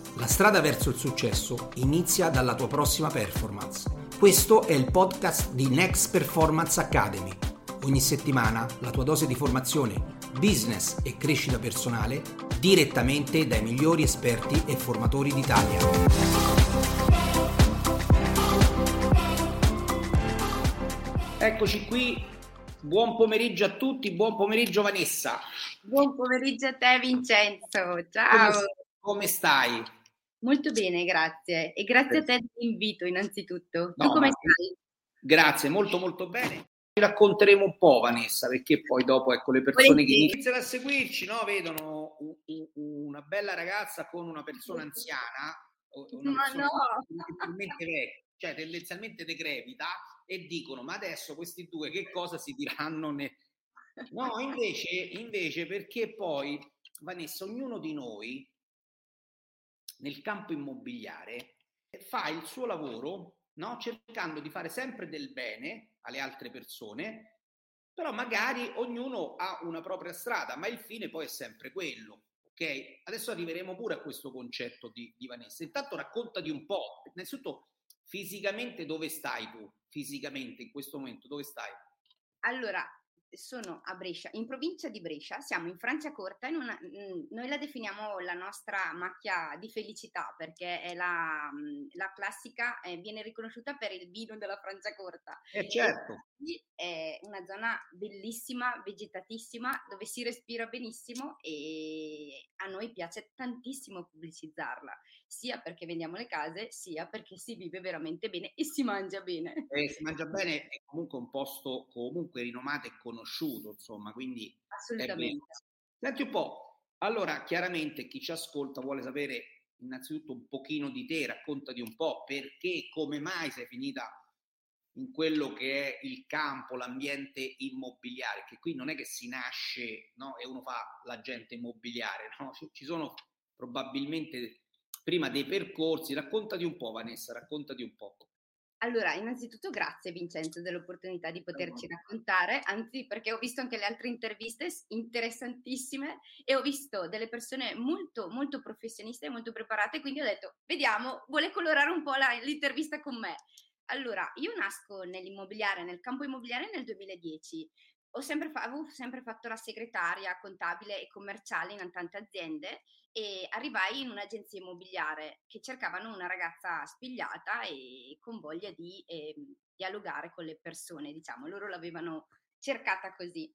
La strada verso il successo inizia dalla tua prossima performance. Questo è il podcast di Next Performance Academy. Ogni settimana la tua dose di formazione, business e crescita personale direttamente dai migliori esperti e formatori d'Italia. Eccoci qui, buon pomeriggio a tutti, buon pomeriggio Vanessa. Buon pomeriggio a te Vincenzo, ciao. Come stai? Molto bene, grazie. E grazie a te dell'invito innanzitutto. Tu No, come stai? Grazie, molto molto bene. Ci racconteremo un po', Vanessa, perché poi dopo le persone che iniziano a seguirci, no, vedono una bella ragazza con una persona anziana, tendenzialmente decrepita, e dicono: ma adesso questi due che cosa si diranno? No, invece perché poi, Vanessa, ognuno di noi nel campo immobiliare fa il suo lavoro, no? Cercando di fare sempre del bene alle altre persone, però magari ognuno ha una propria strada, ma il fine poi è sempre quello, ok? Adesso arriveremo pure a questo concetto di Vanessa. Intanto raccontati un po', innanzitutto fisicamente dove stai tu? Fisicamente in questo momento dove stai? Allora, sono a Brescia, in provincia di Brescia, siamo in Franciacorta, noi la definiamo la nostra macchia di felicità perché è la classica, viene riconosciuta per il vino della Franciacorta. Certo. È una zona bellissima, vegetatissima, dove si respira benissimo e a noi piace tantissimo pubblicizzarla, sia perché vendiamo le case, sia perché si vive veramente bene e si mangia bene. Si mangia bene, è comunque un posto comunque rinomato e conosciuto, insomma, quindi assolutamente. Senti un po', allora chiaramente chi ci ascolta vuole sapere innanzitutto un pochino di te, raccontati un po' perché, come mai sei finita in quello che è il campo, l'ambiente immobiliare, che qui non è che si nasce, no, e uno fa l'agente immobiliare, no? Ci sono probabilmente prima dei percorsi. Raccontati un po', Vanessa, raccontati un po'. Allora, innanzitutto grazie Vincenzo dell'opportunità di poterci raccontare, anzi perché ho visto anche le altre interviste interessantissime e ho visto delle persone molto molto professioniste e molto preparate, quindi ho detto vediamo, vuole colorare un po' l'intervista con me. Allora, io nasco nell'immobiliare, nel campo immobiliare nel 2010. Avevo sempre fatto la segretaria contabile e commerciale in tante aziende e arrivai in un'agenzia immobiliare che cercavano una ragazza spigliata e con voglia di dialogare con le persone, diciamo, loro l'avevano cercata così.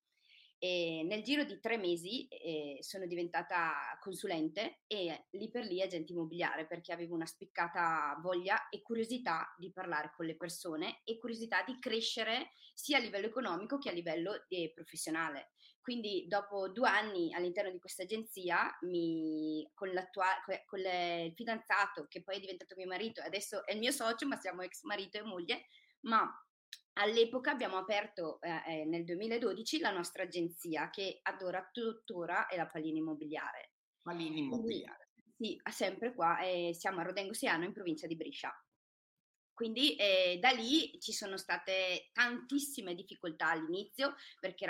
E nel giro di 3 mesi sono diventata consulente e lì per lì agente immobiliare perché avevo una spiccata voglia e curiosità di parlare con le persone e curiosità di crescere sia a livello economico che a livello professionale. Quindi dopo 2 anni all'interno di questa agenzia, con il fidanzato che poi è diventato mio marito, adesso è il mio socio, ma siamo ex marito e moglie, ma all'epoca abbiamo aperto nel 2012 la nostra agenzia che ad ora tuttora è la Pallini Immobiliare. Pallini Immobiliare. Quindi, sì, sempre qua, siamo a Rodengo Siano in provincia di Brescia. Quindi da lì ci sono state tantissime difficoltà all'inizio perché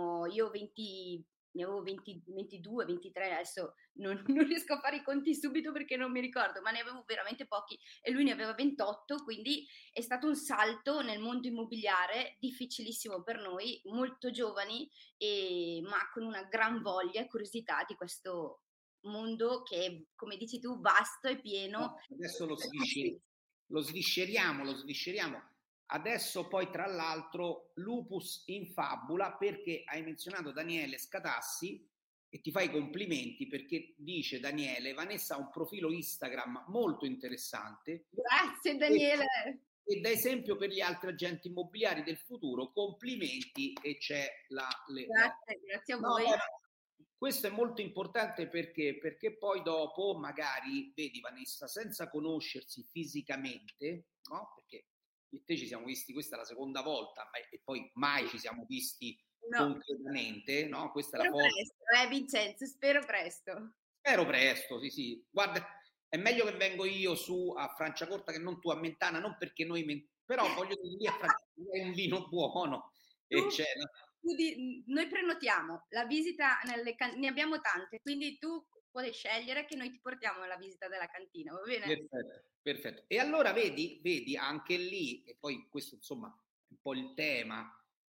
ne avevo 22, 23, adesso non riesco a fare i conti subito perché non mi ricordo, ma ne avevo veramente pochi e lui ne aveva 28, quindi è stato un salto nel mondo immobiliare difficilissimo per noi, molto giovani, ma con una gran voglia e curiosità di questo mondo che, come dici tu, vasto e pieno. Adesso lo svisceriamo. Adesso poi tra l'altro Lupus in Fabula, perché hai menzionato Daniele Scatassi e ti fai i complimenti perché dice Daniele: Vanessa ha un profilo Instagram molto interessante. Grazie Daniele. E da esempio per gli altri agenti immobiliari del futuro. Complimenti. E c'è grazie a voi. Questo è molto importante perché poi dopo magari, vedi Vanessa, senza conoscersi fisicamente, no? Perché io e te ci siamo visti, questa è la seconda volta, e poi mai ci siamo visti concretamente, no? Questa spero è la forza. presto, Vincenzo, spero presto. Spero presto, sì. Guarda, è meglio che vengo io su a Franciacorta che non tu a Mentana, non perché però voglio dire lì a Franciacorta è un vino buono, noi prenotiamo la visita, ne abbiamo tante, quindi tu puoi scegliere che noi ti portiamo alla visita della cantina, va bene? Perfetto, perfetto. E allora vedi anche lì, e poi questo insomma è un po' il tema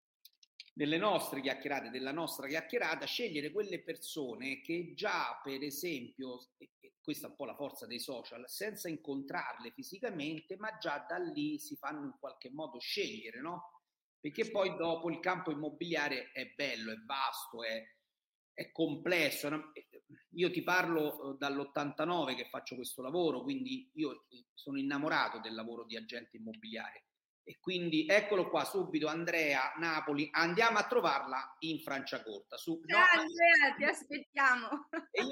delle nostre chiacchierate, della nostra chiacchierata, scegliere quelle persone che già, per esempio, e questa è un po' la forza dei social, senza incontrarle fisicamente, ma già da lì si fanno in qualche modo scegliere, no? Perché poi dopo il campo immobiliare è bello, è vasto, è complesso. No? Io ti parlo dall'89 che faccio questo lavoro, quindi io sono innamorato del lavoro di agente immobiliare. E quindi eccolo qua subito Andrea Napoli, andiamo a trovarla in Franciacorta. No, Ciao Andrea, ti aspettiamo. e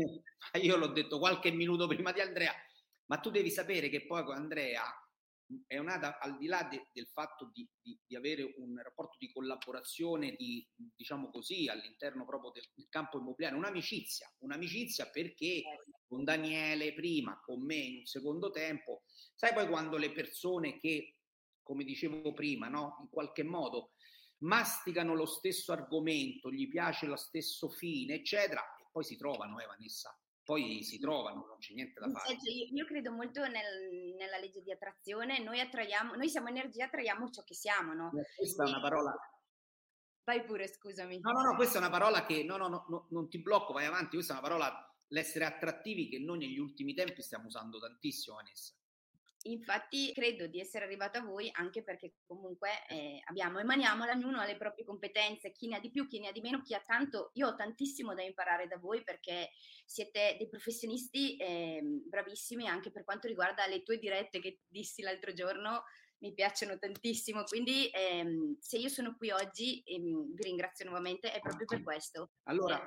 io l'ho detto qualche minuto prima di Andrea, ma tu devi sapere che poi con Andrea è nata al di là del fatto di avere un rapporto di collaborazione, diciamo così, all'interno proprio del campo immobiliare, un'amicizia perché con Daniele prima, con me in un secondo tempo, sai poi quando le persone che, come dicevo prima, no, in qualche modo masticano lo stesso argomento, gli piace lo stesso fine, eccetera, e poi si trovano, Vanessa, poi si trovano, non c'è niente da fare. Io credo molto nella legge di attrazione, noi siamo energia, attraiamo ciò che siamo, no? Questa è una parola. Vai pure, scusami. No, questa è una parola che, no, non ti blocco, vai avanti, questa è una parola, l'essere attrattivi, che noi negli ultimi tempi stiamo usando tantissimo, Vanessa. Infatti credo di essere arrivata a voi anche perché comunque emaniamo, ognuno ha le proprie competenze, chi ne ha di più, chi ne ha di meno, chi ha tanto. Io ho tantissimo da imparare da voi perché siete dei professionisti bravissimi anche per quanto riguarda le tue dirette che dissi l'altro giorno, mi piacciono tantissimo, quindi se io sono qui oggi vi ringrazio nuovamente è proprio per questo. Allora,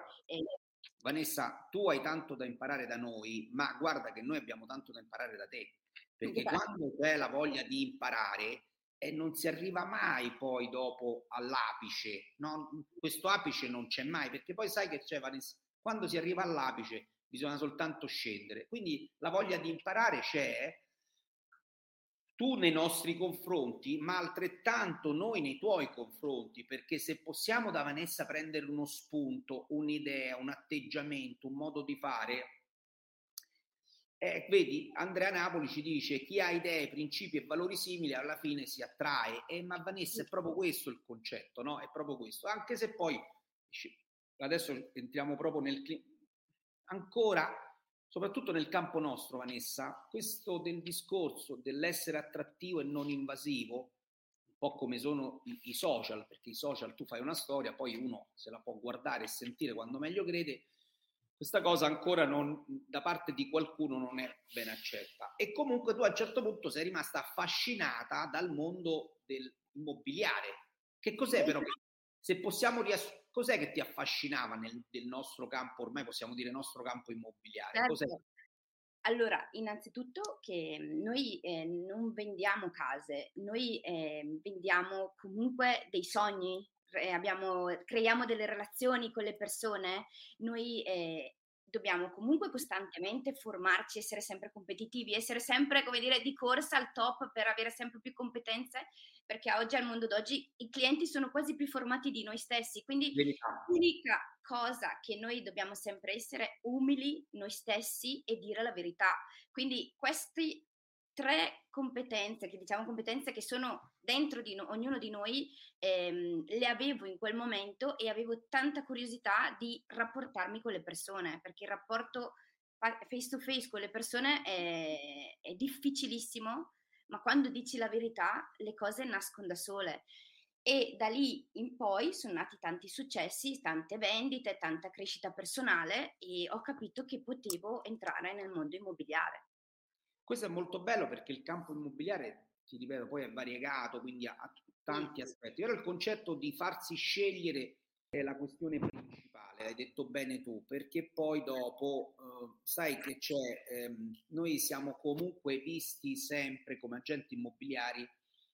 Vanessa, tu hai tanto da imparare da noi, ma guarda che noi abbiamo tanto da imparare da te. Perché quando c'è la voglia di imparare non si arriva mai poi dopo all'apice, no? Questo apice non c'è mai, perché poi sai che c'è, Vanessa, quando si arriva all'apice bisogna soltanto scendere, quindi la voglia di imparare c'è, tu nei nostri confronti, ma altrettanto noi nei tuoi confronti, perché se possiamo da Vanessa prendere uno spunto, un'idea, un atteggiamento, un modo di fare. Vedi, Andrea Napoli ci dice chi ha idee, principi e valori simili alla fine si attrae, ma Vanessa è proprio questo il concetto, no? È proprio questo, anche se poi adesso entriamo proprio ancora, soprattutto nel campo nostro, Vanessa, questo del discorso dell'essere attrattivo e non invasivo, un po' come sono i social, perché i social tu fai una storia, poi uno se la può guardare e sentire quando meglio crede. Questa cosa ancora da parte di qualcuno non è ben accetta. E comunque tu a un certo punto sei rimasta affascinata dal mondo dell'immobiliare. Che cos'è però? Se possiamo cos'è che ti affascinava del nostro campo, ormai possiamo dire nostro campo immobiliare? Certo. Cos'è? Allora, innanzitutto che noi non vendiamo case, noi vendiamo comunque dei sogni, creiamo delle relazioni con le persone, noi dobbiamo comunque costantemente formarci, essere sempre competitivi, essere sempre, come dire, di corsa al top per avere sempre più competenze, perché oggi al mondo d'oggi i clienti sono quasi più formati di noi stessi, quindi l'unica cosa che noi dobbiamo sempre essere umili noi stessi e dire la verità. Quindi queste 3 competenze, che diciamo competenze che sono dentro di ognuno di noi, le avevo in quel momento e avevo tanta curiosità di rapportarmi con le persone, perché il rapporto face to face con le persone è difficilissimo, ma quando dici la verità le cose nascono da sole. E da lì in poi sono nati tanti successi, tante vendite, tanta crescita personale e ho capito che potevo entrare nel mondo immobiliare. Questo è molto bello perché il campo immobiliare, ti ripeto, poi è variegato, quindi ha tanti aspetti. Però il concetto di farsi scegliere è la questione principale, l'hai detto bene tu, perché poi dopo sai che c'è, noi siamo comunque visti sempre come agenti immobiliari,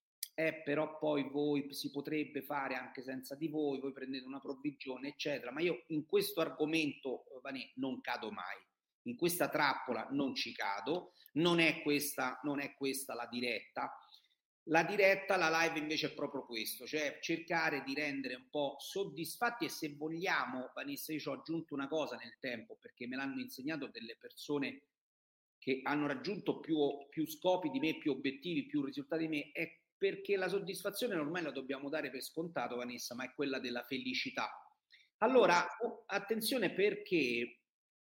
però poi voi si potrebbe fare anche senza di voi prendete una provvigione, eccetera. Ma io in questo argomento, Vanè, non cado mai. In questa trappola non ci cado, non è questa la diretta. La diretta, la live invece è proprio questo, cioè cercare di rendere un po' soddisfatti e se vogliamo, Vanessa, io ci ho aggiunto una cosa nel tempo perché me l'hanno insegnato delle persone che hanno raggiunto più scopi di me, più obiettivi, più risultati di me, è perché la soddisfazione ormai la dobbiamo dare per scontato, Vanessa, ma è quella della felicità. Allora, attenzione perché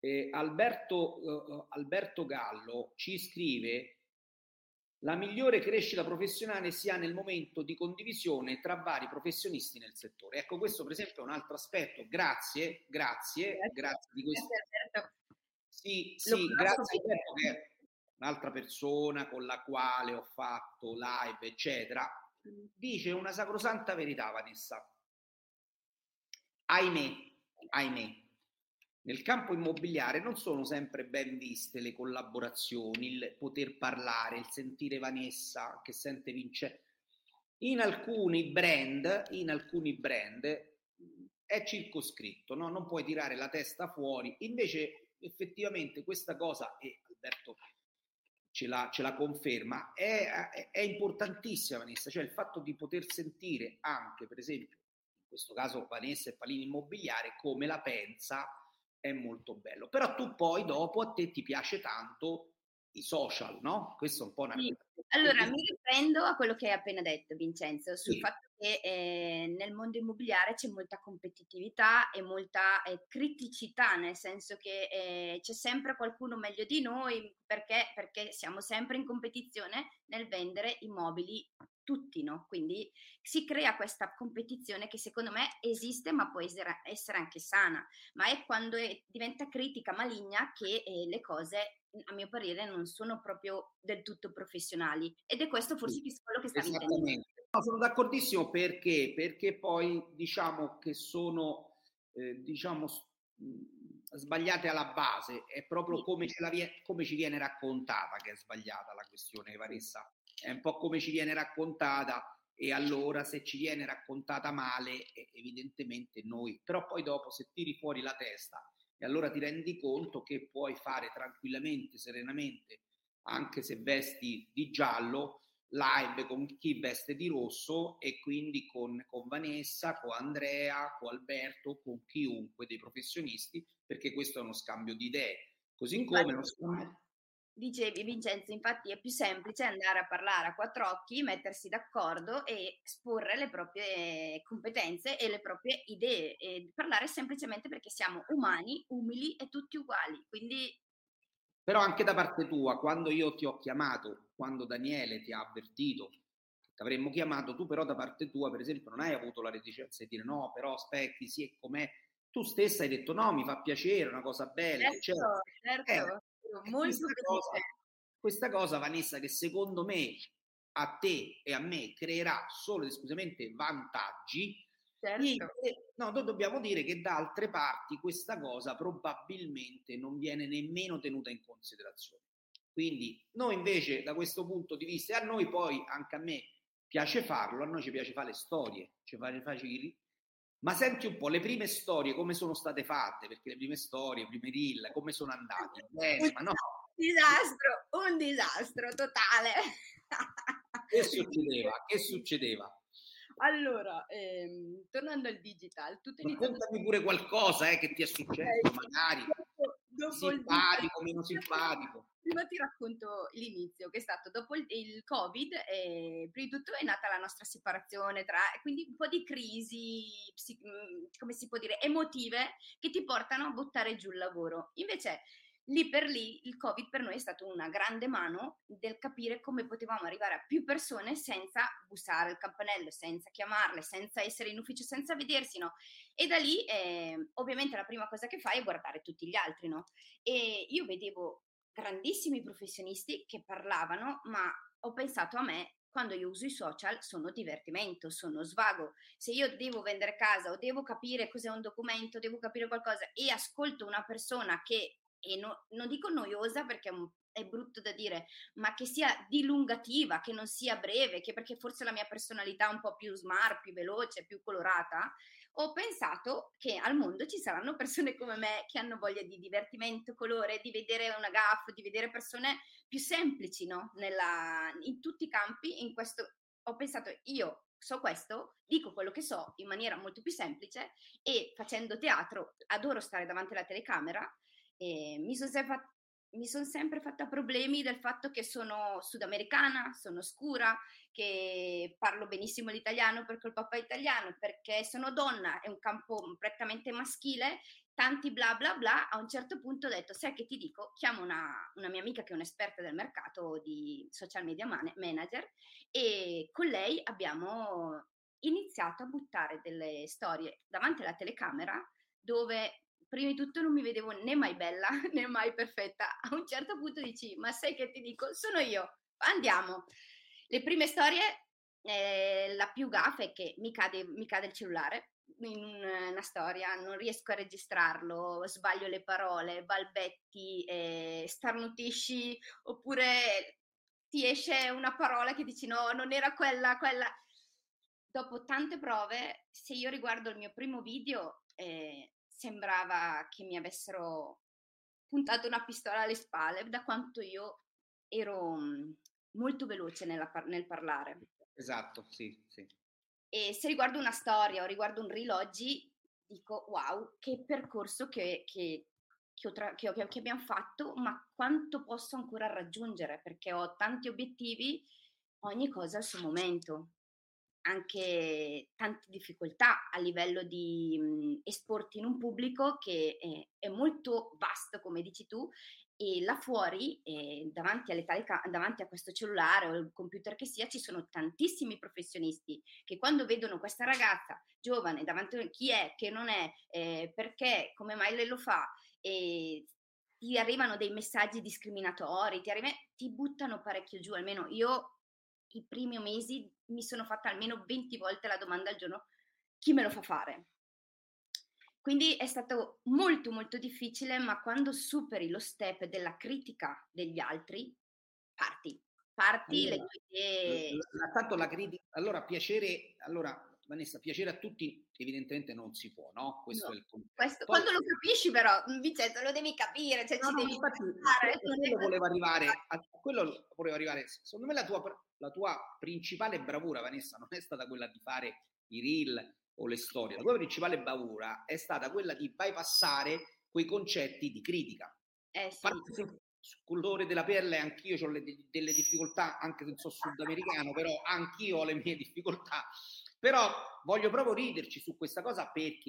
Alberto Gallo ci scrive la migliore crescita professionale si ha nel momento di condivisione tra vari professionisti nel settore. Ecco, questo per esempio è un altro aspetto. Grazie di questo. Grazie Alberto. Sì, grazie Alberto che è un'altra persona con la quale ho fatto live, eccetera. Dice una sacrosanta verità, Vanessa. Ahimè, nel campo immobiliare non sono sempre ben viste le collaborazioni, il poter parlare, il sentire Vanessa che sente Vincenzo. In alcuni brand è circoscritto, no? Non puoi tirare la testa fuori. Invece effettivamente questa cosa, e Alberto ce la conferma, è importantissima, Vanessa, cioè il fatto di poter sentire anche, per esempio, in questo caso Vanessa e Palini Immobiliare, come la pensa, è molto bello. Però tu poi dopo a te ti piace tanto i social, no? Questo è un po' una... Sì. Allora, mi riprendo a quello che hai appena detto, Vincenzo, sul fatto che nel mondo immobiliare c'è molta competitività e molta criticità, nel senso che c'è sempre qualcuno meglio di noi, perché siamo sempre in competizione nel vendere immobili tutti, no? Quindi si crea questa competizione che secondo me esiste, ma può essere anche sana, ma è quando diventa critica, maligna, che le cose, a mio parere, non sono proprio del tutto professionali, ed è questo forse quello che stavi intendendo. No, sono d'accordissimo perché poi diciamo che sono sbagliate alla base, è proprio come ci viene raccontata che è sbagliata la questione, Vanessa, è un po' come ci viene raccontata e allora se ci viene raccontata male evidentemente noi, però poi dopo se tiri fuori la testa e allora ti rendi conto che puoi fare tranquillamente, serenamente, anche se vesti di giallo, live con chi veste di rosso e quindi con Vanessa, con Andrea, con Alberto, con chiunque dei professionisti, perché questo è uno scambio di idee. Così come lo scambio... Dicevi Vincenzo, infatti è più semplice andare a parlare a quattro occhi, mettersi d'accordo e esporre le proprie competenze e le proprie idee e parlare semplicemente perché siamo umani, umili e tutti uguali. Quindi... Però anche da parte tua, quando io ti ho chiamato, quando Daniele ti ha avvertito che ti avremmo chiamato, tu però da parte tua, per esempio, non hai avuto la reticenza di dire no, però aspetti, sì è com'è. Tu stessa hai detto no, mi fa piacere, è una cosa bella, certo. Molto questa cosa, Vanessa, che secondo me a te e a me creerà solo ed esclusivamente vantaggi. Certo. Noi dobbiamo dire che da altre parti questa cosa probabilmente non viene nemmeno tenuta in considerazione. Quindi noi invece da questo punto di vista, a noi poi, anche a me, piace farlo, a noi ci piace fare le storie, ma senti un po' le prime storie come sono state fatte, perché le prime storie, i primi reel, come sono andati? Bene, ma no. Un disastro totale. Che succedeva? Allora, tornando al digital, tutto raccontami pure qualcosa che ti è successo, magari dopo simpatico, meno simpatico. Prima ti racconto l'inizio, che è stato dopo il Covid, prima di tutto è nata la nostra separazione, quindi un po' di crisi, come si può dire, emotive, che ti portano a buttare giù il lavoro. Invece lì per lì il Covid per noi è stato una grande mano del capire come potevamo arrivare a più persone senza bussare il campanello, senza chiamarle, senza essere in ufficio, senza vedersi, no? E da lì ovviamente la prima cosa che fai è guardare tutti gli altri, no? E io vedevo grandissimi professionisti che parlavano, ma ho pensato a me, quando io uso i social sono divertimento, sono svago. Se io devo vendere casa o devo capire cos'è un documento, devo capire qualcosa e ascolto una persona che non dico noiosa perché è brutto da dire, ma che sia dilungativa, che non sia breve, perché forse la mia personalità è un po' più smart, più veloce, più colorata, ho pensato che al mondo ci saranno persone come me che hanno voglia di divertimento, colore, di vedere una gaffa, di vedere persone più semplici, no? In tutti i campi, in questo ho pensato, io so questo, dico quello che so in maniera molto più semplice e facendo teatro adoro stare davanti alla telecamera e mi son sempre fatta problemi del fatto che sono sudamericana, sono scura, che parlo benissimo l'italiano perché il papà è italiano, perché sono donna, è un campo prettamente maschile, tanti bla bla bla. A un certo punto ho detto, sai che ti dico, chiamo una mia amica che è un'esperta del mercato di social media manager e con lei abbiamo iniziato a buttare delle storie davanti alla telecamera dove prima di tutto non mi vedevo né mai bella né mai perfetta. A un certo punto dici, ma sai che ti dico, sono io, andiamo. Le prime storie, la più gaffa è che mi cade il cellulare in una storia, non riesco a registrarlo, sbaglio le parole, balbetti, starnutisci, oppure ti esce una parola che dici no, non era quella. Dopo tante prove, se io riguardo il mio primo video, sembrava che mi avessero puntato una pistola alle spalle, da quanto io ero molto veloce nel parlare. Esatto, sì, sì. E se riguardo una storia o riguardo un reel oggi, dico wow, che percorso che abbiamo fatto, ma quanto posso ancora raggiungere, perché ho tanti obiettivi, ogni cosa al suo momento, anche tante difficoltà a livello di esporti in un pubblico che è molto vasto, come dici tu, e là fuori, davanti a questo cellulare o il computer che sia, ci sono tantissimi professionisti che quando vedono questa ragazza giovane davanti a chi è, che non è, perché, come mai lei lo fa, e ti arrivano dei messaggi discriminatori, ti buttano parecchio giù, almeno io i primi mesi mi sono fatta almeno 20 volte la domanda al giorno, chi me lo fa fare? Quindi è stato molto molto difficile, ma quando superi lo step della critica degli altri, parti, le Allora, tue idee. tanto la critica, allora Vanessa, piacere a tutti evidentemente non si può, no? Questo è No, il concetto. questo, Poi, quando lo capisci però, Vincenzo, lo devi capire, cioè no, ci no, devi infatti, pensare, non è quello così. voleva arrivare, a quello voleva arrivare. Secondo me la tua principale bravura, Vanessa, non è stata quella di fare i reel o le storie, la tua principale bravura è stata quella di bypassare quei concetti di critica. A Sì, parte sul colore della pelle, anch'io ho delle difficoltà, anche se non sono sudamericano, però anch'io ho le mie difficoltà. Però voglio proprio riderci su questa cosa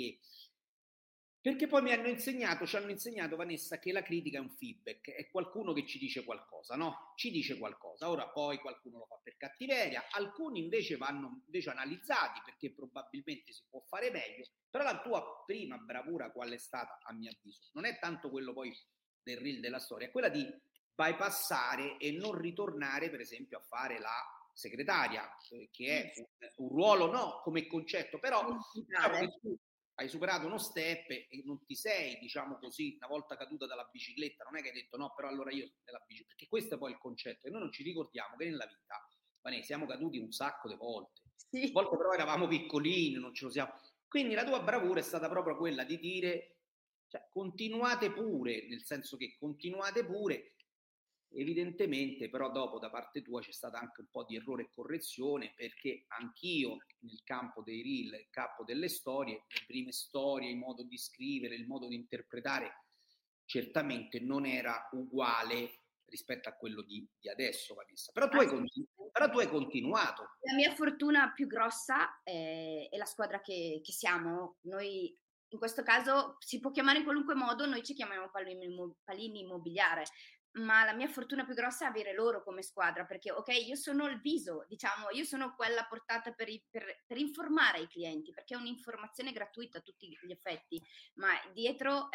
perché poi ci hanno insegnato, Vanessa, che la critica è un feedback, è qualcuno che ci dice qualcosa, no? Ci dice qualcosa. Ora poi qualcuno lo fa per cattiveria, alcuni invece vanno invece analizzati perché probabilmente si può fare meglio. Però la tua prima bravura qual è stata, a mio avviso? Non è tanto quello poi del reel della storia, è quella di bypassare e non ritornare, per esempio, a fare la segretaria, che è un ruolo no come concetto, però diciamo che tu hai superato uno step e non ti sei, diciamo così, una volta caduta dalla bicicletta, non è che hai detto no, però allora io nella bicicletta, perché questo è poi il concetto, e noi non ci ricordiamo che nella vita, siamo caduti un sacco di volte, a sì. volte però eravamo piccolini, non ce lo siamo, quindi la tua bravura è stata proprio quella di dire, cioè, continuate pure, nel senso che continuate pure, evidentemente però dopo da parte tua c'è stata anche un po' di errore e correzione perché anch'io nel campo dei reel, nel campo delle storie, le prime storie, il modo di scrivere, il modo di interpretare certamente non era uguale rispetto a quello di adesso, Vanessa. Però tu hai continuato. La mia fortuna più grossa è la squadra che siamo. Noi, in questo caso, si può chiamare in qualunque modo, noi ci chiamiamo Pallini Immobiliare, ma la mia fortuna più grossa è avere loro come squadra, perché ok, io sono il viso, diciamo, io sono quella portata per informare i clienti, perché è un'informazione gratuita a tutti gli effetti, ma dietro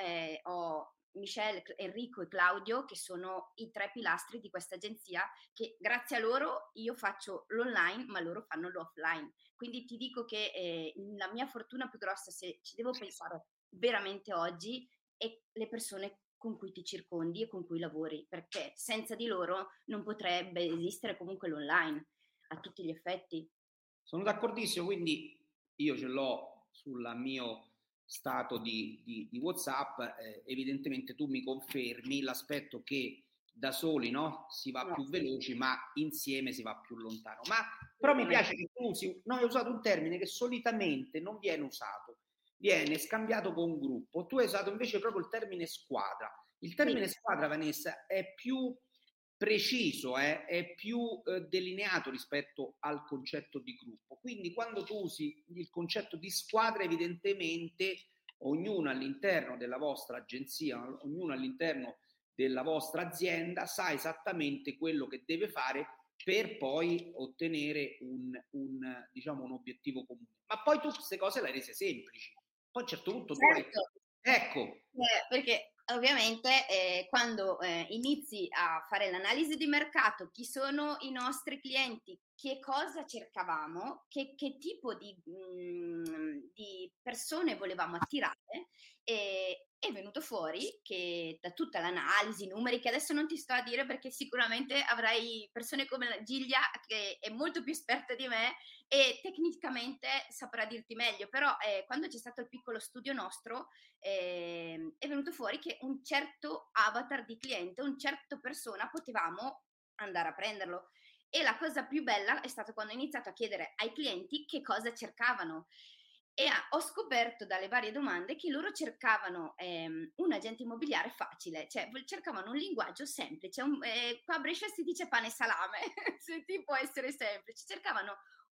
ho Michelle, Enrico e Claudio, che sono i 3 pilastri di questa agenzia, che grazie a loro io faccio l'online, ma loro fanno l'offline. Quindi ti dico che la mia fortuna più grossa, se ci devo pensare veramente oggi, è le persone con cui ti circondi e con cui lavori, perché senza di loro non potrebbe esistere comunque l'online a tutti gli effetti. Sono d'accordissimo, quindi io ce l'ho sul mio stato di WhatsApp, evidentemente tu mi confermi l'aspetto che da soli, no? Si va No, più veloci, ma insieme si va più lontano. Però mi piace che tu usi, no, hai usato un termine che solitamente non viene usato, viene scambiato con gruppo. Tu hai usato invece proprio il termine squadra. Il termine sì, squadra, Vanessa, è più preciso, è più delineato rispetto al concetto di gruppo. Quindi quando tu usi il concetto di squadra, evidentemente ognuno all'interno della vostra agenzia, ognuno all'interno della vostra azienda sa esattamente quello che deve fare per poi ottenere diciamo, un obiettivo comune. Ma poi tu queste cose le hai rese semplici. Poi a un certo punto tu hai... certo. Ecco, Perché ovviamente quando inizi a fare l'analisi di mercato, chi sono i nostri clienti, che cosa cercavamo, che tipo di persone volevamo attirare, è venuto fuori che da tutta l'analisi, i numeri, che adesso non ti sto a dire perché sicuramente avrai persone come la Giglia che è molto più esperta di me e tecnicamente saprà dirti meglio, però quando c'è stato il piccolo studio nostro, è venuto fuori che un certo avatar di cliente, un certo persona potevamo andare a prenderlo. E la cosa più bella è stata quando ho iniziato a chiedere ai clienti che cosa cercavano. E ho scoperto dalle varie domande che loro cercavano un agente immobiliare facile, cioè cercavano un linguaggio semplice. Qua a Brescia si dice pane e salame, se ti può essere semplice. Cercavano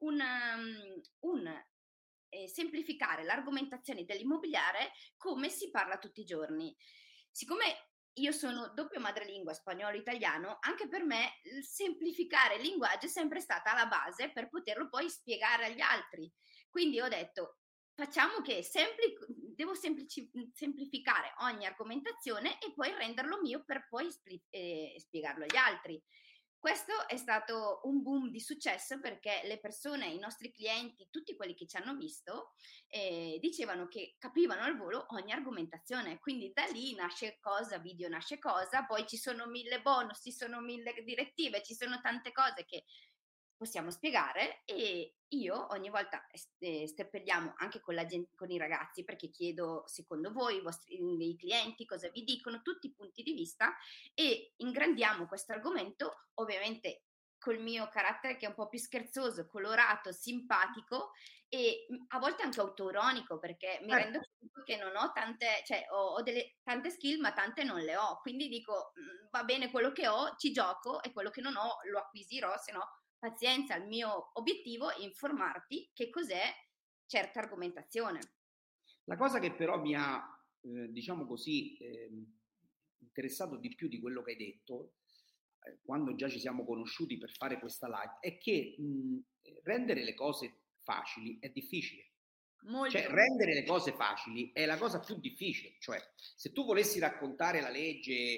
un semplificare l'argomentazione dell'immobiliare come si parla tutti i giorni. Siccome io sono doppio madrelingua spagnolo-italiano, anche per me il semplificare il linguaggio è sempre stata la base per poterlo poi spiegare agli altri. Quindi ho detto, facciamo che devo semplificare ogni argomentazione e poi renderlo mio per poi spiegarlo agli altri. Questo è stato un boom di successo perché le persone, i nostri clienti, tutti quelli che ci hanno visto, dicevano che capivano al volo ogni argomentazione. Quindi da lì nasce cosa, video nasce cosa, poi ci sono 1000 bonus, ci sono 1000 direttive, ci sono tante cose che possiamo spiegare e io ogni volta sterpelliamo anche con i ragazzi perché chiedo secondo voi, i clienti cosa vi dicono, tutti i punti di vista e ingrandiamo questo argomento ovviamente col mio carattere che è un po' più scherzoso, colorato, simpatico e a volte anche autoironico perché mi rendo conto che non ho tante, cioè ho tante skill ma tante non le ho, quindi dico va bene quello che ho, ci gioco e quello che non ho lo acquisirò, se no pazienza, il mio obiettivo è informarti che cos'è certa argomentazione. la cosa che però mi ha, diciamo così, interessato di più di quello che hai detto, quando già ci siamo conosciuti per fare questa live, è che rendere le cose facili è difficile. Molto. Cioè, rendere le cose facili è la cosa più difficile. Cioè, se tu volessi raccontare la legge,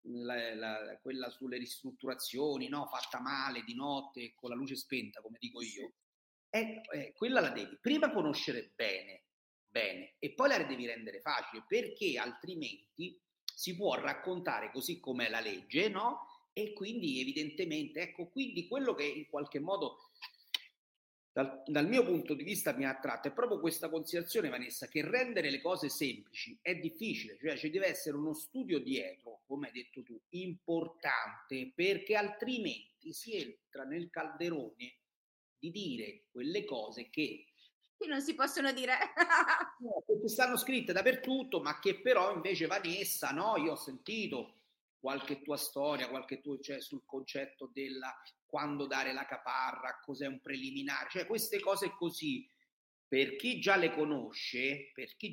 quella sulle ristrutturazioni, no? Fatta male di notte con la luce spenta, come dico io, quella la devi prima conoscere bene, bene, e poi la devi rendere facile, perché altrimenti si può raccontare così com'è la legge, no? E quindi evidentemente, ecco, quindi quello che in qualche modo dal mio punto di vista mi ha attratto è proprio questa considerazione, Vanessa, che rendere le cose semplici è difficile, cioè ci deve essere uno studio dietro, come hai detto tu, importante, perché altrimenti si entra nel calderone di dire quelle cose che non si possono dire. che stanno scritte dappertutto, ma che però invece Vanessa, no, io ho sentito qualche tua storia, cioè sul concetto della quando dare la caparra, cos'è un preliminare, cioè queste cose così, per chi già le conosce,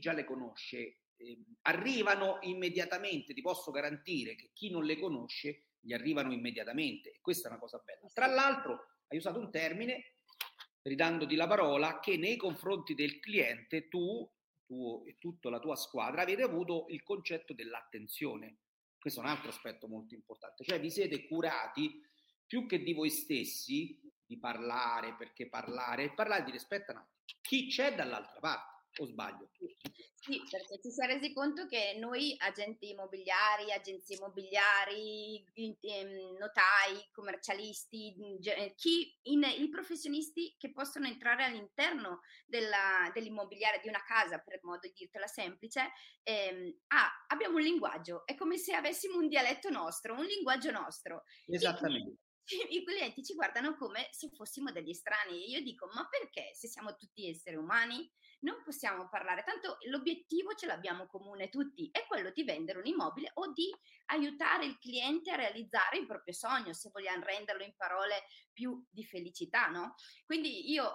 arrivano immediatamente, ti posso garantire che chi non le conosce gli arrivano immediatamente e questa è una cosa bella. Tra l'altro hai usato un termine, ridandoti la parola, che nei confronti del cliente tu e tutta la tua squadra avete avuto il concetto dell'attenzione. Questo è un altro aspetto molto importante, cioè vi siete curati più che di voi stessi, di parlare, perché parlare, e parlare di rispetto a chi c'è dall'altra parte, o sbaglio? Sì, perché ci si è resi conto che noi agenti immobiliari, agenzie immobiliari, notai, commercialisti, i professionisti che possono entrare all'interno dell'immobiliare di una casa, per modo di dirtela semplice, abbiamo un linguaggio, è come se avessimo un dialetto nostro, un linguaggio nostro. Esattamente. I clienti ci guardano come se fossimo degli estranei. Io dico, ma perché se siamo tutti esseri umani non possiamo parlare? Tanto l'obiettivo ce l'abbiamo comune tutti, è quello di vendere un immobile o di aiutare il cliente a realizzare il proprio sogno, se vogliamo renderlo in parole più di felicità, no? Quindi io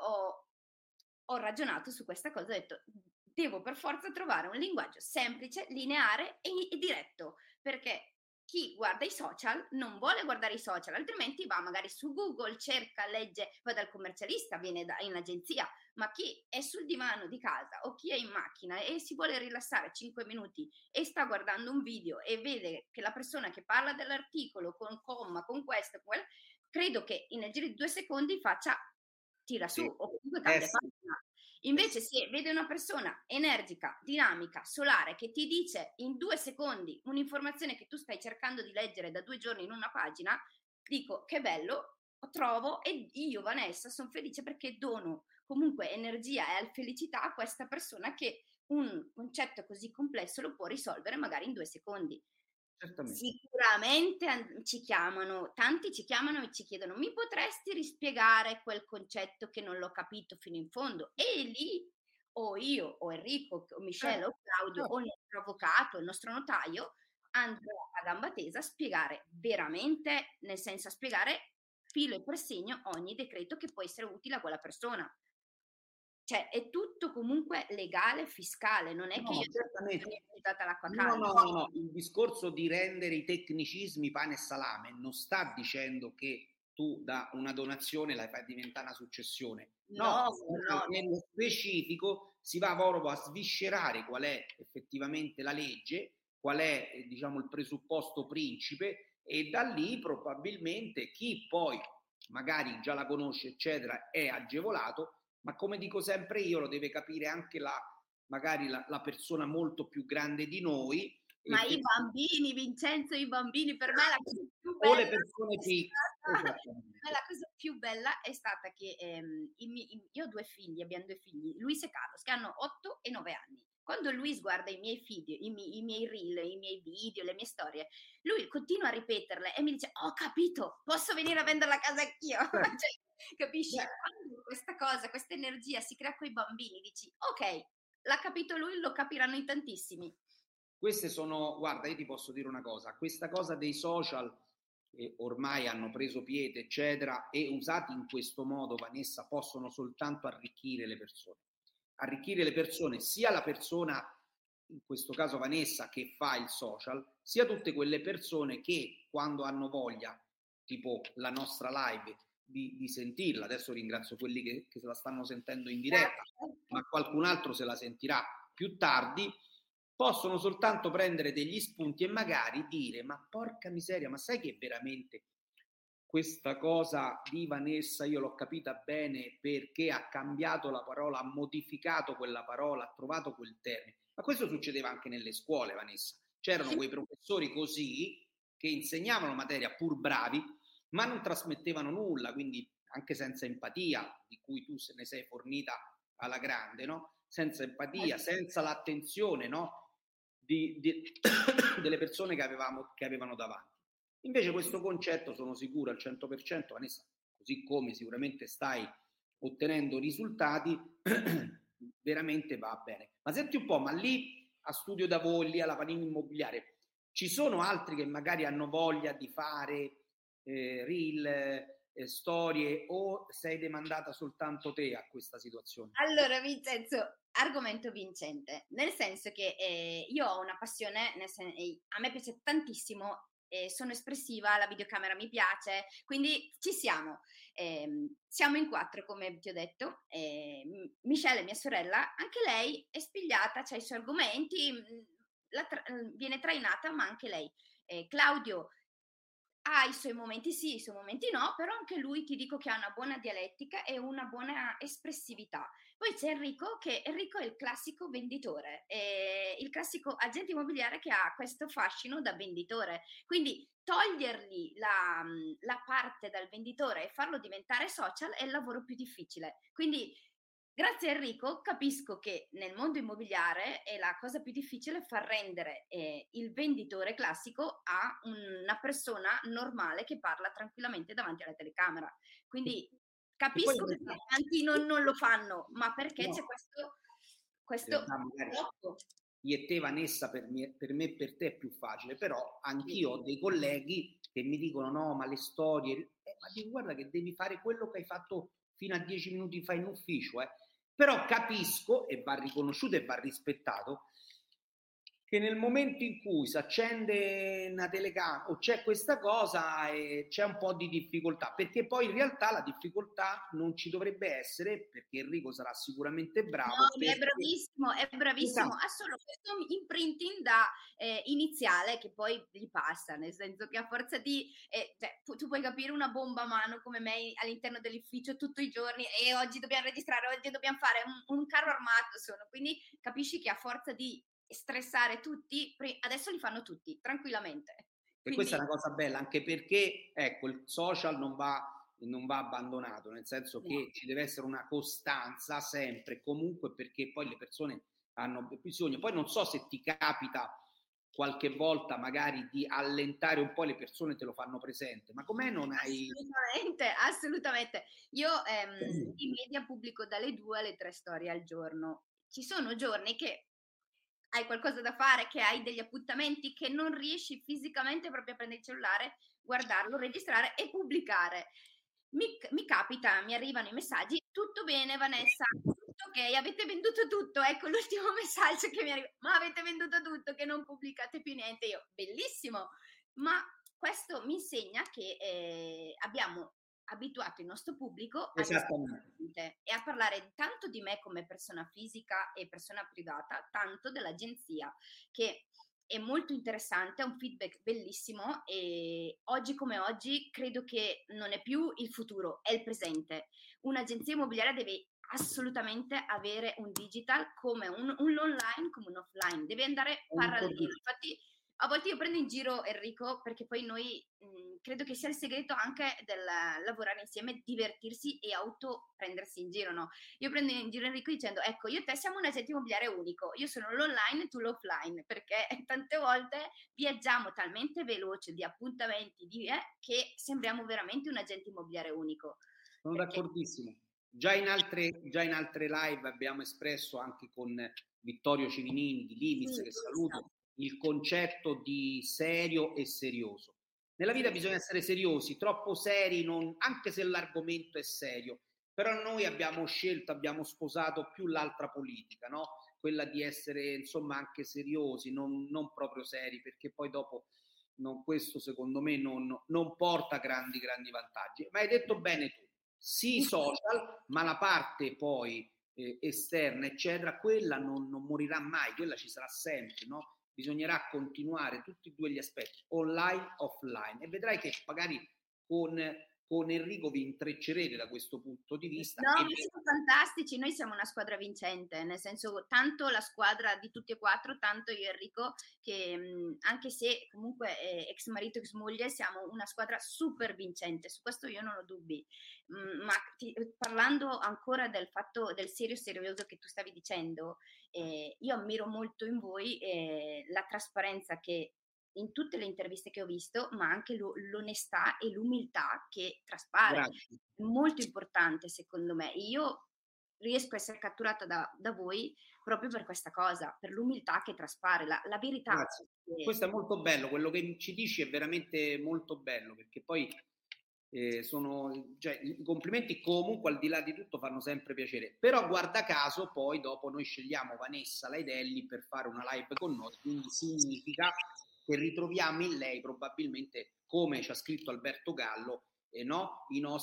ho ragionato su questa cosa, ho detto, devo per forza trovare un linguaggio semplice, lineare e diretto, perché chi guarda i social non vuole guardare i social, altrimenti va magari su Google, cerca, legge, va dal commercialista, viene in agenzia, ma chi è sul divano di casa o chi è in macchina e si vuole rilassare 5 minuti e sta guardando un video e vede che la persona che parla dell'articolo con comma, con questo, con quello, credo che nel giro di 2 secondi faccia tira su Sì. o comunque cambia Sì. pagina. Invece se vede una persona energica, dinamica, solare, che ti dice in 2 secondi un'informazione che tu stai cercando di leggere da 2 giorni in una pagina, dico che bello, trovo e io Vanessa sono felice perché dono comunque energia e felicità a questa persona che un concetto così complesso lo può risolvere magari in 2 secondi. Certamente. Sicuramente ci chiamano, tanti ci chiamano e ci chiedono: "Mi potresti rispiegare quel concetto che non l'ho capito fino in fondo?" E lì o io o Enrico o Michele o Claudio o il nostro avvocato, il nostro notaio andrà a gamba tesa a spiegare veramente, nel senso a spiegare filo e per segno ogni decreto che può essere utile a quella persona. Cioè è tutto comunque legale, fiscale, non è che No, io certamente. mi è buttata l'acqua No, calda. no, no, no. Il discorso di rendere i tecnicismi pane e salame non sta dicendo che tu da una donazione la fai diventare una successione. No, No, no. nello specifico si va proprio a sviscerare qual è effettivamente la legge, qual è, diciamo, il presupposto principe e da lì probabilmente chi poi magari già la conosce, eccetera, è agevolato, ma come dico sempre io, lo deve capire anche magari la persona molto più grande di noi. Ma i bambini, Vincenzo, i bambini, per me la cosa più O le bella persone è piccole. stata, per me la cosa più bella è stata che io ho 2 figli, abbiamo 2 figli, Luis e Carlos, che hanno 8 e 9 anni. Quando Luis guarda i miei i miei reel, i miei video, le mie storie, lui continua a ripeterle e mi dice: "Ho capito, posso venire a vendere la casa anch'io." Cioè, capisci? Beh, Quando questa cosa, questa energia si crea coi bambini, dici: "Okay, l'ha capito lui, lo capiranno in tantissimi." queste sono, guarda, io ti posso dire una cosa, questa cosa dei social che ormai hanno preso piede, eccetera, e usati in questo modo, Vanessa, possono soltanto arricchire le persone. Arricchire le persone, sia la persona, in questo caso Vanessa, che fa il social, sia tutte quelle persone che quando hanno voglia, tipo la nostra live, di sentirla, adesso ringrazio quelli che se la stanno sentendo in diretta, ma qualcun altro se la sentirà più tardi, possono soltanto prendere degli spunti e magari dire: ma porca miseria, ma sai che veramente questa cosa di Vanessa io l'ho capita bene perché ha cambiato la parola, ha modificato quella parola, ha trovato quel termine. Ma questo succedeva anche nelle scuole, Vanessa. C'erano quei professori così che insegnavano materia pur bravi, ma non trasmettevano nulla, quindi anche senza empatia, di cui tu se ne sei fornita alla grande, no? Senza empatia, senza l'attenzione, no? Delle persone che avevano davanti. Invece questo concetto sono sicuro al 100%, Vanessa, così come sicuramente stai ottenendo risultati, veramente va bene. Ma senti un po', ma lì a Studio da voi, lì alla Panini Immobiliare, ci sono altri che magari hanno voglia di fare reel, storie o sei demandata soltanto te a questa situazione? Allora Vincenzo, argomento vincente, nel senso che io ho una passione, a me piace tantissimo, sono espressiva, la videocamera mi piace, quindi ci siamo. Siamo in 4 come ti ho detto, Michelle, mia sorella, anche lei è spigliata, ha i suoi argomenti, viene trainata, ma anche lei. Claudio ha i suoi momenti sì, i suoi momenti no, però anche lui ti dico che ha una buona dialettica e una buona espressività. Poi c'è Enrico è il classico venditore, il classico agente immobiliare che ha questo fascino da venditore. Quindi togliergli la parte dal venditore e farlo diventare social è il lavoro più difficile. Quindi grazie a Enrico capisco che nel mondo immobiliare è la cosa più difficile far rendere il venditore classico a una persona normale che parla tranquillamente davanti alla telecamera. Quindi E poi capisco che tanti non lo fanno, ma perché no, c'è in questo realtà magari blocco. io e te Vanessa per me e per te è più facile, però Sì. anch'io ho dei colleghi che mi dicono no, ma le storie, ma dico guarda che devi fare quello che hai fatto fino a 10 minuti fa in ufficio, però capisco e va riconosciuto e va rispettato che nel momento in cui si accende una telecamera o c'è questa cosa c'è un po' di difficoltà, perché poi in realtà la difficoltà non ci dovrebbe essere, perché Enrico sarà sicuramente bravo. No, è bravissimo, Esatto. ha solo questo imprinting da iniziale che poi gli passa, nel senso che a forza di, cioè, tu puoi capire una bomba a mano come me all'interno dell'ufficio tutti i giorni e oggi dobbiamo registrare, oggi dobbiamo fare un carro armato sono, quindi capisci che a forza di stressare tutti, adesso li fanno tutti, tranquillamente. E questa è Quindi, una cosa bella, anche perché ecco, il social non va abbandonato, nel senso no. che ci deve essere una costanza sempre, comunque, perché poi le persone hanno bisogno. Poi non so se ti capita qualche volta magari di allentare un po' le persone, te lo fanno presente, ma com'è non hai... Assolutamente, assolutamente. Io in media pubblico dalle 2 alle 3 storie al giorno. Ci sono giorni che hai qualcosa da fare, che hai degli appuntamenti che non riesci fisicamente proprio a prendere il cellulare, guardarlo, registrare e pubblicare. Mi capita, mi arrivano i messaggi, tutto bene Vanessa, tutto ok, avete venduto tutto, ecco l'ultimo messaggio che mi arriva, ma avete venduto tutto, che non pubblicate più niente, io, bellissimo, ma questo mi insegna che abbiamo abituato il nostro pubblico ad essere Esattamente. e a parlare tanto di me come persona fisica e persona privata, tanto dell'agenzia, che è molto interessante, è un feedback bellissimo e oggi come oggi credo che non è più il futuro, è il presente. Un'agenzia immobiliare deve assolutamente avere un digital come un online come un offline, deve andare parallelo. Infatti a volte io prendo in giro Enrico perché poi noi credo che sia il segreto anche del lavorare insieme, divertirsi e auto prendersi in giro, no? Io prendo in giro Enrico dicendo ecco io e te siamo un agente immobiliare unico, io sono l'online e tu l'offline perché tante volte viaggiamo talmente veloce di appuntamenti che sembriamo veramente un agente immobiliare unico. Sono Perché d'accordissimo. Già in altre live abbiamo espresso anche con Vittorio Civinini di sì, Limiz, che saluto, il concetto di serio e serioso. Nella vita sì, bisogna essere seriosi, troppo seri, anche se l'argomento è serio, però noi abbiamo scelto, abbiamo sposato più l'altra politica, no? Quella di essere insomma anche seriosi, non proprio seri, perché poi dopo questo secondo me non porta grandi vantaggi. Ma hai detto bene tu, sì social, ma la parte poi esterna, eccetera, quella non morirà mai, quella ci sarà sempre, no? Bisognerà continuare tutti e due gli aspetti, online, offline, e vedrai che magari con Enrico vi intreccerete da questo punto di vista. no, ma siamo fantastici, noi siamo una squadra vincente, nel senso tanto la squadra di tutti e quattro, tanto io e Enrico, che anche se comunque ex marito, ex moglie, siamo una squadra super vincente, su questo io non ho dubbi. Ma parlando ancora del fatto del serio serioso che tu stavi dicendo, io ammiro molto in voi la trasparenza che in tutte le interviste che ho visto, ma anche l'onestà e l'umiltà che traspare. Grazie. Molto importante secondo me. Io riesco a essere catturata da voi proprio per questa cosa, per l'umiltà che traspare, la verità. Grazie. Questo è molto bello, quello che ci dici è veramente molto bello, perché poi cioè, i complimenti comunque al di là di tutto fanno sempre piacere, però guarda caso poi dopo noi scegliamo Vanessa Laidelli per fare una live con noi, quindi significa che ritroviamo in lei probabilmente, come ci ha scritto Alberto Gallo, no?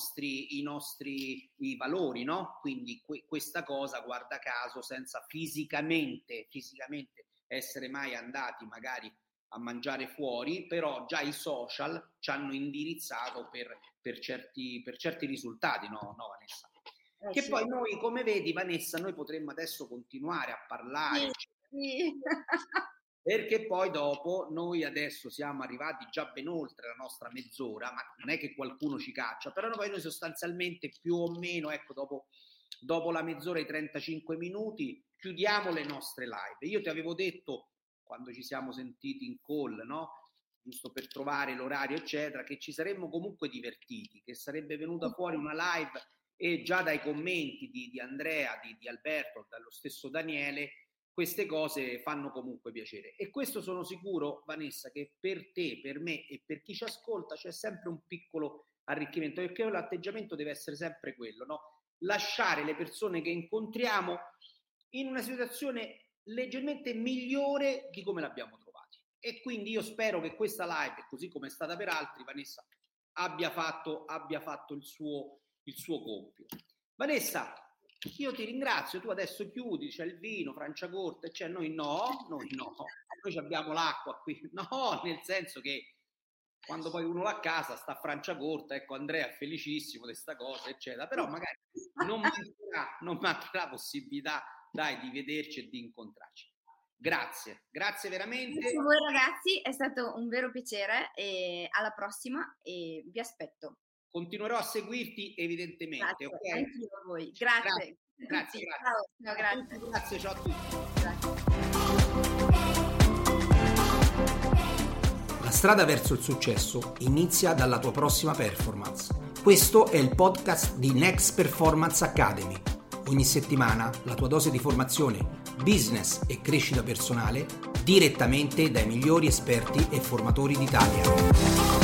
I valori, no? Quindi questa cosa, guarda caso, senza fisicamente essere mai andati magari a mangiare fuori, però già i social ci hanno indirizzato per certi risultati, no Vanessa? Che sì. Poi noi, come vedi Vanessa, noi potremmo adesso continuare a parlare, sì. Perché poi dopo noi adesso siamo arrivati già ben oltre la nostra mezz'ora, ma non è che qualcuno ci caccia, però poi noi sostanzialmente più o meno, ecco, dopo la mezz'ora e 35 minuti chiudiamo le nostre live. Io ti avevo detto, quando ci siamo sentiti in call, no? Giusto per trovare l'orario, eccetera, che ci saremmo comunque divertiti, che sarebbe venuta fuori una live, e già dai commenti di Andrea, di Alberto, dallo stesso Daniele, queste cose fanno comunque piacere. E questo sono sicuro, Vanessa, che per te, per me e per chi ci ascolta c'è sempre un piccolo arricchimento, perché l'atteggiamento deve essere sempre quello, no? Lasciare le persone che incontriamo in una situazione leggermente migliore di come l'abbiamo trovati. E quindi io spero che questa live, così come è stata per altri, Vanessa, abbia fatto il suo compito. Vanessa, io ti ringrazio, tu adesso chiudi, c'è il vino, Franciacorta, cioè noi abbiamo l'acqua qui, no, nel senso che quando poi uno va a casa sta a Franciacorta, ecco, Andrea è felicissimo di questa cosa, eccetera, però magari non mancherà la possibilità, dai, di vederci e di incontrarci. Grazie veramente. Grazie a voi ragazzi, è stato un vero piacere e alla prossima e vi aspetto. Continuerò a seguirti evidentemente. Grazie, okay? Anch'io a voi. Grazie. Grazie. Ciao, grazie. Grazie, ciao a tutti. Grazie. La strada verso il successo inizia dalla tua prossima performance. Questo è il podcast di Next Performance Academy. Ogni settimana la tua dose di formazione, business e crescita personale direttamente dai migliori esperti e formatori d'Italia.